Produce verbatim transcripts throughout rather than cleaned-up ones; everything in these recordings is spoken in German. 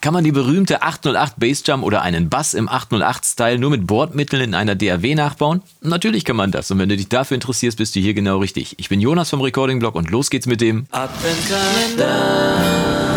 Kann man die berühmte achthundertacht Bassdrum oder einen Bass im achthundertacht-Style nur mit Bordmitteln in einer D A W nachbauen? Natürlich kann man das und wenn du dich dafür interessierst, bist du hier genau richtig. Ich bin Jonas vom Recording Blog und los geht's mit dem Adventskalender.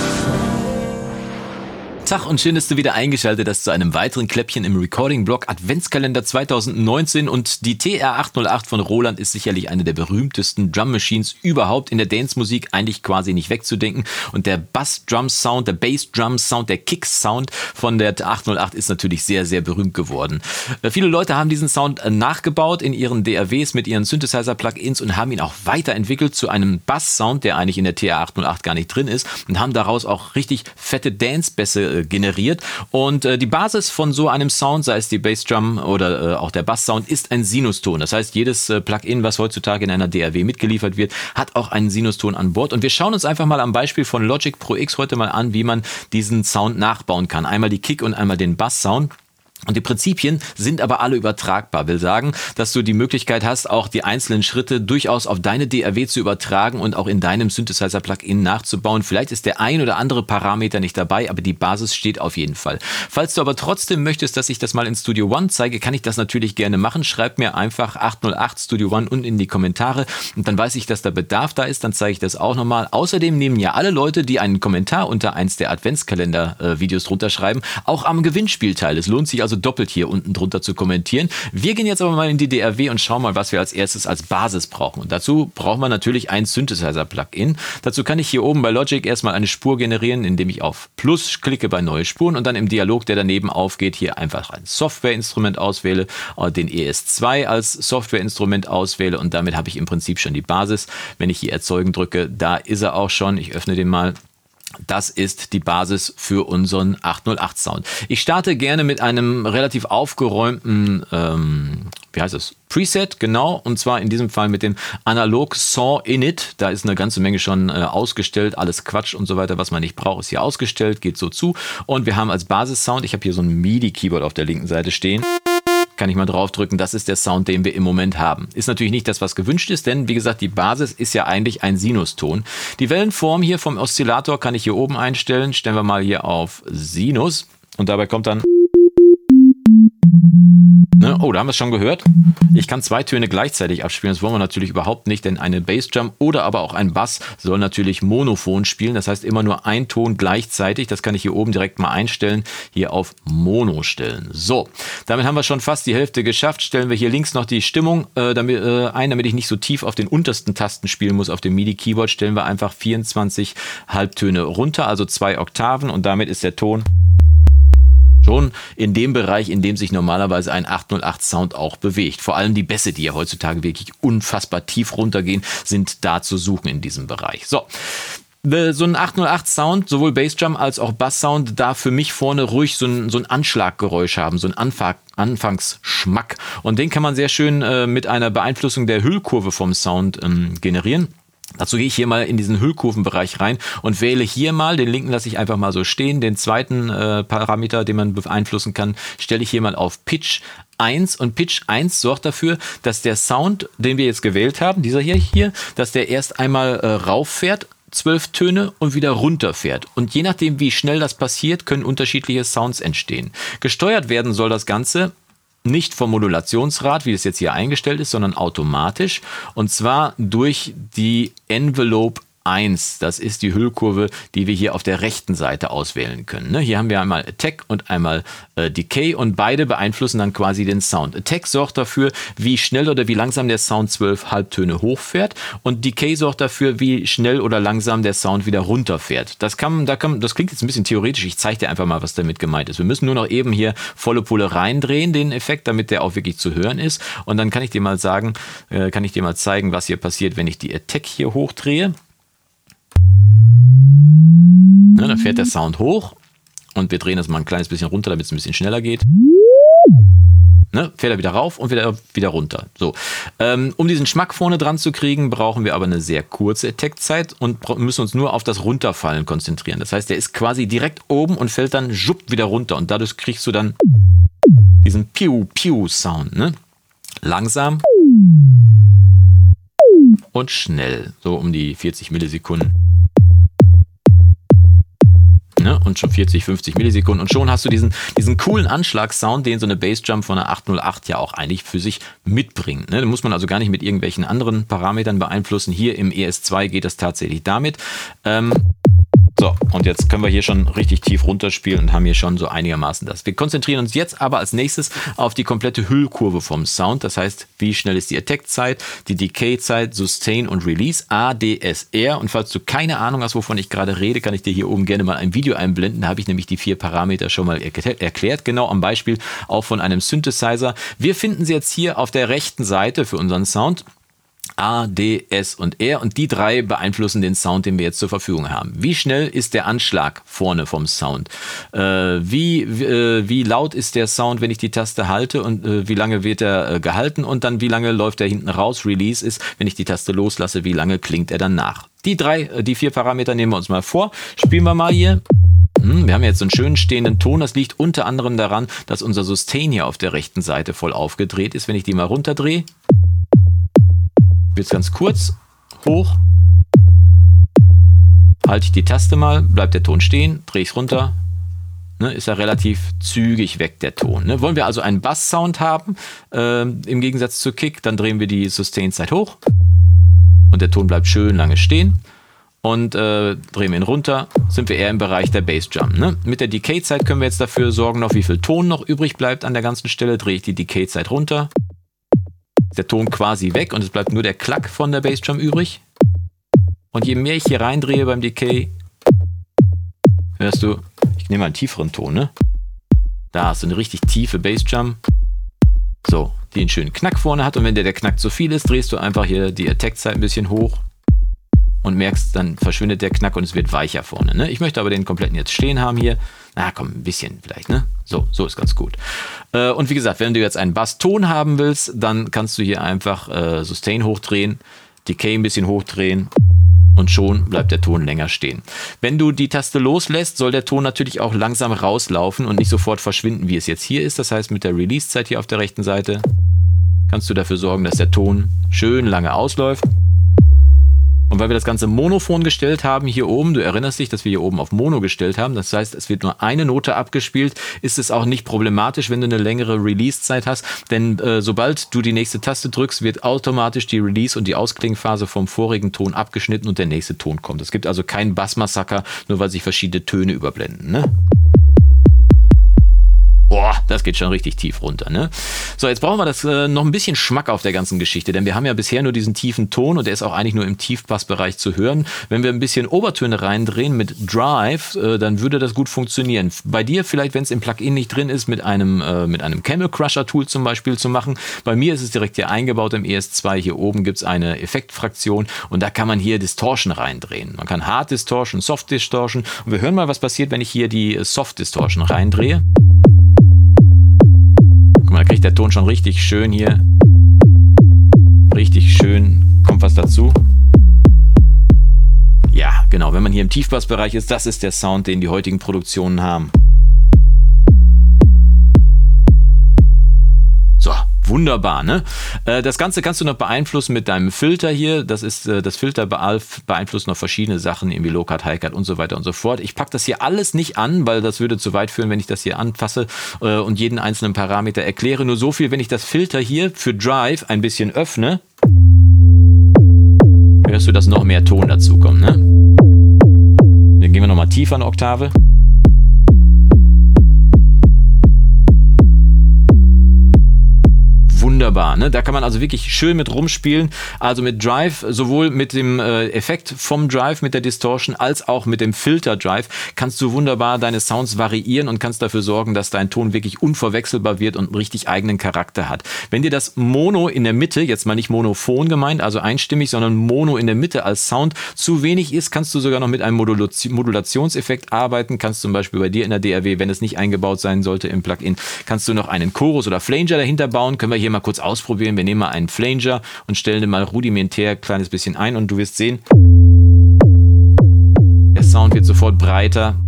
Tag und schön, dass du wieder eingeschaltet hast zu einem weiteren Kläppchen im Recording-Blog Adventskalender zwanzig neunzehn und die T R achthundertacht von Roland ist sicherlich eine der berühmtesten Drum Machines überhaupt in der Dance-Musik, eigentlich quasi nicht wegzudenken und der Bass-Drum-Sound, der Bass-Drum-Sound, der Kick-Sound von der achthundertacht ist natürlich sehr, sehr berühmt geworden. Äh, viele Leute haben diesen Sound äh, nachgebaut in ihren D A Ws mit ihren Synthesizer-Plugins und haben ihn auch weiterentwickelt zu einem Bass-Sound, der eigentlich in der T R achthundertacht gar nicht drin ist und haben daraus auch richtig fette Dance-Bässe generiert und äh, die Basis von so einem Sound, sei es die Bassdrum oder äh, auch der Basssound, ist ein Sinuston. Das heißt, jedes äh, Plugin, was heutzutage in einer D A W mitgeliefert wird, hat auch einen Sinuston an Bord und wir schauen uns einfach mal am Beispiel von Logic Pro X heute mal an, wie man diesen Sound nachbauen kann. Einmal die Kick und einmal den Basssound. Und die Prinzipien sind aber alle übertragbar. Will sagen, dass du die Möglichkeit hast, auch die einzelnen Schritte durchaus auf deine D A W zu übertragen und auch in deinem Synthesizer-Plugin nachzubauen. Vielleicht ist der ein oder andere Parameter nicht dabei, aber die Basis steht auf jeden Fall. Falls du aber trotzdem möchtest, dass ich das mal in Studio One zeige, kann ich das natürlich gerne machen. Schreib mir einfach achthundertacht Studio One unten in die Kommentare und dann weiß ich, dass da Bedarf da ist. Dann zeige ich das auch nochmal. Außerdem nehmen ja alle Leute, die einen Kommentar unter eins der Adventskalender-Videos drunter schreiben, auch am Gewinnspiel teil. Es lohnt sich also doppelt hier unten drunter zu kommentieren. Wir gehen jetzt aber mal in die D A W und schauen mal, was wir als erstes als Basis brauchen. Und dazu braucht man natürlich ein Synthesizer-Plugin. Dazu kann ich hier oben bei Logic erstmal eine Spur generieren, indem ich auf Plus klicke bei Neue Spuren und dann im Dialog, der daneben aufgeht, hier einfach ein Softwareinstrument auswähle, den E S zwei als Softwareinstrument auswähle und damit habe ich im Prinzip schon die Basis. Wenn ich hier Erzeugen drücke, da ist er auch schon. Ich öffne den mal. Das ist die Basis für unseren achthundertacht Sound. Ich starte gerne mit einem relativ aufgeräumten, ähm, wie heißt es? Preset, genau. Und zwar in diesem Fall mit dem Analog Saw Init. Da ist eine ganze Menge schon äh, ausgestellt. Alles Quatsch und so weiter, was man nicht braucht, ist hier ausgestellt. Geht so zu. Und wir haben als Basis-Sound, ich habe hier so ein MIDI-Keyboard auf der linken Seite stehen. Kann ich mal draufdrücken, das ist der Sound, den wir im Moment haben. Ist natürlich nicht das, was gewünscht ist, denn wie gesagt, die Basis ist ja eigentlich ein Sinuston. Die Wellenform hier vom Oszillator kann ich hier oben einstellen. Stellen wir mal hier auf Sinus und dabei kommt dann... Ne? Oh, da haben wir es schon gehört. Ich kann zwei Töne gleichzeitig abspielen. Das wollen wir natürlich überhaupt nicht, denn eine Bassdrum oder aber auch ein Bass soll natürlich monophon spielen. Das heißt immer nur ein Ton gleichzeitig. Das kann ich hier oben direkt mal einstellen. Hier auf Mono stellen. So, damit haben wir schon fast die Hälfte geschafft. Stellen wir hier links noch die Stimmung äh, damit, äh, ein, damit ich nicht so tief auf den untersten Tasten spielen muss. Auf dem MIDI-Keyboard stellen wir einfach vierundzwanzig Halbtöne runter, also zwei Oktaven und damit ist der Ton schon in dem Bereich, in dem sich normalerweise ein achthundertacht Sound auch bewegt. Vor allem die Bässe, die ja heutzutage wirklich unfassbar tief runtergehen, sind da zu suchen in diesem Bereich. So. So ein achthundertacht Sound, sowohl Bassdrum als auch Basssound, darf für mich vorne ruhig so ein, so ein Anschlaggeräusch haben, so ein Anfang, Anfangsschmack. Und den kann man sehr schön äh, mit einer Beeinflussung der Hüllkurve vom Sound ähm, generieren. Dazu gehe ich hier mal in diesen Hüllkurvenbereich rein und wähle hier mal, den linken lasse ich einfach mal so stehen, den zweiten äh, Parameter, den man beeinflussen kann, stelle ich hier mal auf Pitch eins und Pitch eins sorgt dafür, dass der Sound, den wir jetzt gewählt haben, dieser hier, hier dass der erst einmal äh, rauffährt, zwölf Töne und wieder runterfährt. Und je nachdem, wie schnell das passiert, können unterschiedliche Sounds entstehen. Gesteuert werden soll das Ganze nicht vom Modulationsrad, wie es jetzt hier eingestellt ist, sondern automatisch. Und zwar durch die Envelope eins. Das ist die Hüllkurve, die wir hier auf der rechten Seite auswählen können. Ne? Hier haben wir einmal Attack und einmal äh, Decay und beide beeinflussen dann quasi den Sound. Attack sorgt dafür, wie schnell oder wie langsam der Sound zwölf Halbtöne hochfährt und Decay sorgt dafür, wie schnell oder langsam der Sound wieder runterfährt. Das, kann, da kann, das klingt jetzt ein bisschen theoretisch. Ich zeige dir einfach mal, was damit gemeint ist. Wir müssen nur noch eben hier volle Pulle reindrehen, den Effekt, damit der auch wirklich zu hören ist. Und dann kann ich dir mal sagen, äh, kann ich dir mal zeigen, was hier passiert, wenn ich die Attack hier hochdrehe. Ne, dann fährt der Sound hoch und wir drehen das mal ein kleines bisschen runter, damit es ein bisschen schneller geht. Ne, fährt er wieder rauf und wieder, wieder runter. So, ähm, um diesen Schmack vorne dran zu kriegen, brauchen wir aber eine sehr kurze Attack-Zeit und müssen uns nur auf das Runterfallen konzentrieren. Das heißt, der ist quasi direkt oben und fällt dann schupp wieder runter und dadurch kriegst du dann diesen Piu-Piu-Sound. Ne? Langsam und schnell, so um die vierzig Millisekunden. Ne? Und schon vierzig, fünfzig Millisekunden und schon hast du diesen, diesen coolen Anschlagssound, den so eine Bassdrum von einer acht null acht ja auch eigentlich für sich mitbringt. Ne? Da muss man also gar nicht mit irgendwelchen anderen Parametern beeinflussen. Hier im E S zwei geht das tatsächlich damit. Ähm, So, und jetzt können wir hier schon richtig tief runterspielen und haben hier schon so einigermaßen das. Wir konzentrieren uns jetzt aber als nächstes auf die komplette Hüllkurve vom Sound. Das heißt, wie schnell ist die Attack-Zeit, die Decay-Zeit, Sustain und Release, A D S R. Und falls du keine Ahnung hast, wovon ich gerade rede, kann ich dir hier oben gerne mal ein Video einblenden. Da habe ich nämlich die vier Parameter schon mal er- erklärt, genau am Beispiel auch von einem Synthesizer. Wir finden sie jetzt hier auf der rechten Seite für unseren Sound. A, D, S und R und die drei beeinflussen den Sound, den wir jetzt zur Verfügung haben. Wie schnell ist der Anschlag vorne vom Sound? Äh, wie, wie, äh, wie laut ist der Sound, wenn ich die Taste halte und äh, wie lange wird er äh, gehalten und dann wie lange läuft er hinten raus? Release ist, wenn ich die Taste loslasse, wie lange klingt er dann nach? Die drei, äh, die vier Parameter nehmen wir uns mal vor. Spielen wir mal hier. Wir haben jetzt so einen schönen stehenden Ton. Das liegt unter anderem daran, dass unser Sustain hier auf der rechten Seite voll aufgedreht ist. Wenn ich die mal runterdrehe, wird es ganz kurz, hoch, halte ich die Taste mal, bleibt der Ton stehen, drehe ich es runter, ne, ist er relativ zügig weg, der Ton. Ne. Wollen wir also einen Bass-Sound haben, äh, im Gegensatz zu Kick, dann drehen wir die Sustain-Zeit hoch und der Ton bleibt schön lange stehen. Und äh, drehen wir ihn runter, sind wir eher im Bereich der Bassdrum. Ne? Mit der Decay-Zeit können wir jetzt dafür sorgen, noch wie viel Ton noch übrig bleibt an der ganzen Stelle. Drehe ich die Decay-Zeit runter, der Ton quasi weg und es bleibt nur der Klack von der Bassdrum übrig. Und je mehr ich hier reindrehe beim Decay, hörst du, ich nehme mal einen tieferen Ton, ne? Da hast du eine richtig tiefe Bassdrum. So, die einen schönen Knack vorne hat und wenn der, der Knack zu viel ist, drehst du einfach hier die Attack-Zeit ein bisschen hoch und merkst, dann verschwindet der Knack und es wird weicher vorne. Ne? Ich möchte aber den kompletten jetzt stehen haben hier. Na komm, ein bisschen vielleicht, ne? So, so ist ganz gut. Äh, und wie gesagt, wenn du jetzt einen Basston haben willst, dann kannst du hier einfach äh, Sustain hochdrehen, Decay ein bisschen hochdrehen und schon bleibt der Ton länger stehen. Wenn du die Taste loslässt, soll der Ton natürlich auch langsam rauslaufen und nicht sofort verschwinden, wie es jetzt hier ist. Das heißt, mit der Release-Zeit hier auf der rechten Seite kannst du dafür sorgen, dass der Ton schön lange ausläuft. Und weil wir das Ganze monophon gestellt haben hier oben, du erinnerst dich, dass wir hier oben auf Mono gestellt haben, das heißt, es wird nur eine Note abgespielt, ist es auch nicht problematisch, wenn du eine längere Release-Zeit hast, denn äh, sobald du die nächste Taste drückst, wird automatisch die Release- und die Ausklingphase vom vorigen Ton abgeschnitten und der nächste Ton kommt. Es gibt also keinen Bassmassaker, nur weil sich verschiedene Töne überblenden, ne? Boah, das geht schon richtig tief runter, ne? So, jetzt brauchen wir das äh, noch ein bisschen Schmack auf der ganzen Geschichte, denn wir haben ja bisher nur diesen tiefen Ton und der ist auch eigentlich nur im Tiefbassbereich zu hören. Wenn wir ein bisschen Obertöne reindrehen mit Drive, äh, dann würde das gut funktionieren. Bei dir vielleicht, wenn es im Plugin nicht drin ist, mit einem, äh, mit einem Camel Crusher Tool zum Beispiel zu machen. Bei mir ist es direkt hier eingebaut im E S zwei. Hier oben gibt es eine Effektfraktion und da kann man hier Distortion reindrehen. Man kann Hard Distortion, Soft Distortion und wir hören mal, was passiert, wenn ich hier die Soft Distortion reindrehe. Guck mal, da kriegt der Ton schon richtig schön hier. Richtig schön. Kommt was dazu? Ja, genau. Wenn man hier im Tiefbassbereich ist, das ist der Sound, den die heutigen Produktionen haben. So, wunderbar, ne? Das Ganze kannst du noch beeinflussen mit deinem Filter hier. Das ist das Filter beeinflusst noch verschiedene Sachen, irgendwie Low-Cut, High-Cut und so weiter und so fort. Ich packe das hier alles nicht an, weil das würde zu weit führen, wenn ich das hier anfasse und jeden einzelnen Parameter erkläre. Nur so viel, wenn ich das Filter hier für Drive ein bisschen öffne, hörst du, dass noch mehr Ton dazu kommt, ne? Dann gehen wir nochmal tiefer eine Oktave. Wunderbar, ne? Da kann man also wirklich schön mit rumspielen, also mit Drive, sowohl mit dem äh, Effekt vom Drive, mit der Distortion, als auch mit dem Filter Drive, kannst du wunderbar deine Sounds variieren und kannst dafür sorgen, dass dein Ton wirklich unverwechselbar wird und einen richtig eigenen Charakter hat. Wenn dir das Mono in der Mitte, jetzt mal nicht monophon gemeint, also einstimmig, sondern Mono in der Mitte als Sound zu wenig ist, kannst du sogar noch mit einem Modulation, Modulationseffekt arbeiten, kannst zum Beispiel bei dir in der D A W, wenn es nicht eingebaut sein sollte im Plugin, kannst du noch einen Chorus oder Flanger dahinter bauen, können wir hier mal kurz ausprobieren. Wir nehmen mal einen Flanger und stellen den mal rudimentär ein kleines bisschen ein und du wirst sehen, der Sound wird sofort breiter.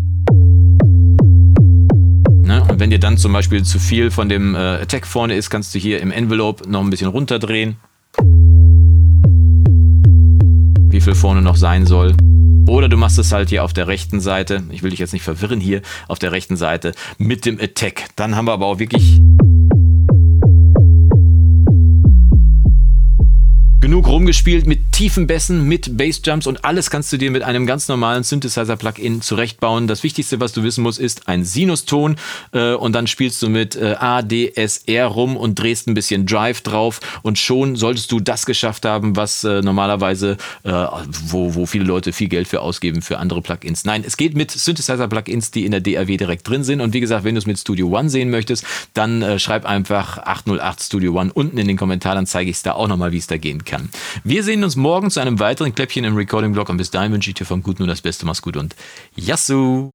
Ne? Und wenn dir dann zum Beispiel zu viel von dem äh, Attack vorne ist, kannst du hier im Envelope noch ein bisschen runterdrehen. Wie viel vorne noch sein soll. Oder du machst es halt hier auf der rechten Seite, ich will dich jetzt nicht verwirren hier, auf der rechten Seite mit dem Attack. Dann haben wir aber auch wirklich genug rumgespielt mit tiefen Bässen, mit Bassjumps und alles kannst du dir mit einem ganz normalen Synthesizer-Plugin zurechtbauen. Das Wichtigste, was du wissen musst, ist ein Sinuston äh, und dann spielst du mit äh, A, D, S, R rum und drehst ein bisschen Drive drauf und schon solltest du das geschafft haben, was äh, normalerweise, äh, wo, wo viele Leute viel Geld für ausgeben für andere Plugins. Nein, es geht mit Synthesizer-Plugins, die in der D A W direkt drin sind und wie gesagt, wenn du es mit Studio One sehen möchtest, dann äh, schreib einfach achthundertacht Studio One unten in den Kommentaren, dann zeige ich es da auch nochmal, wie es da gehen kann. Kann. Wir sehen uns morgen zu einem weiteren Kläppchen im Recording-Blog und bis dahin wünsche ich dir vom Guten nur das Beste. Mach's gut und Yassou!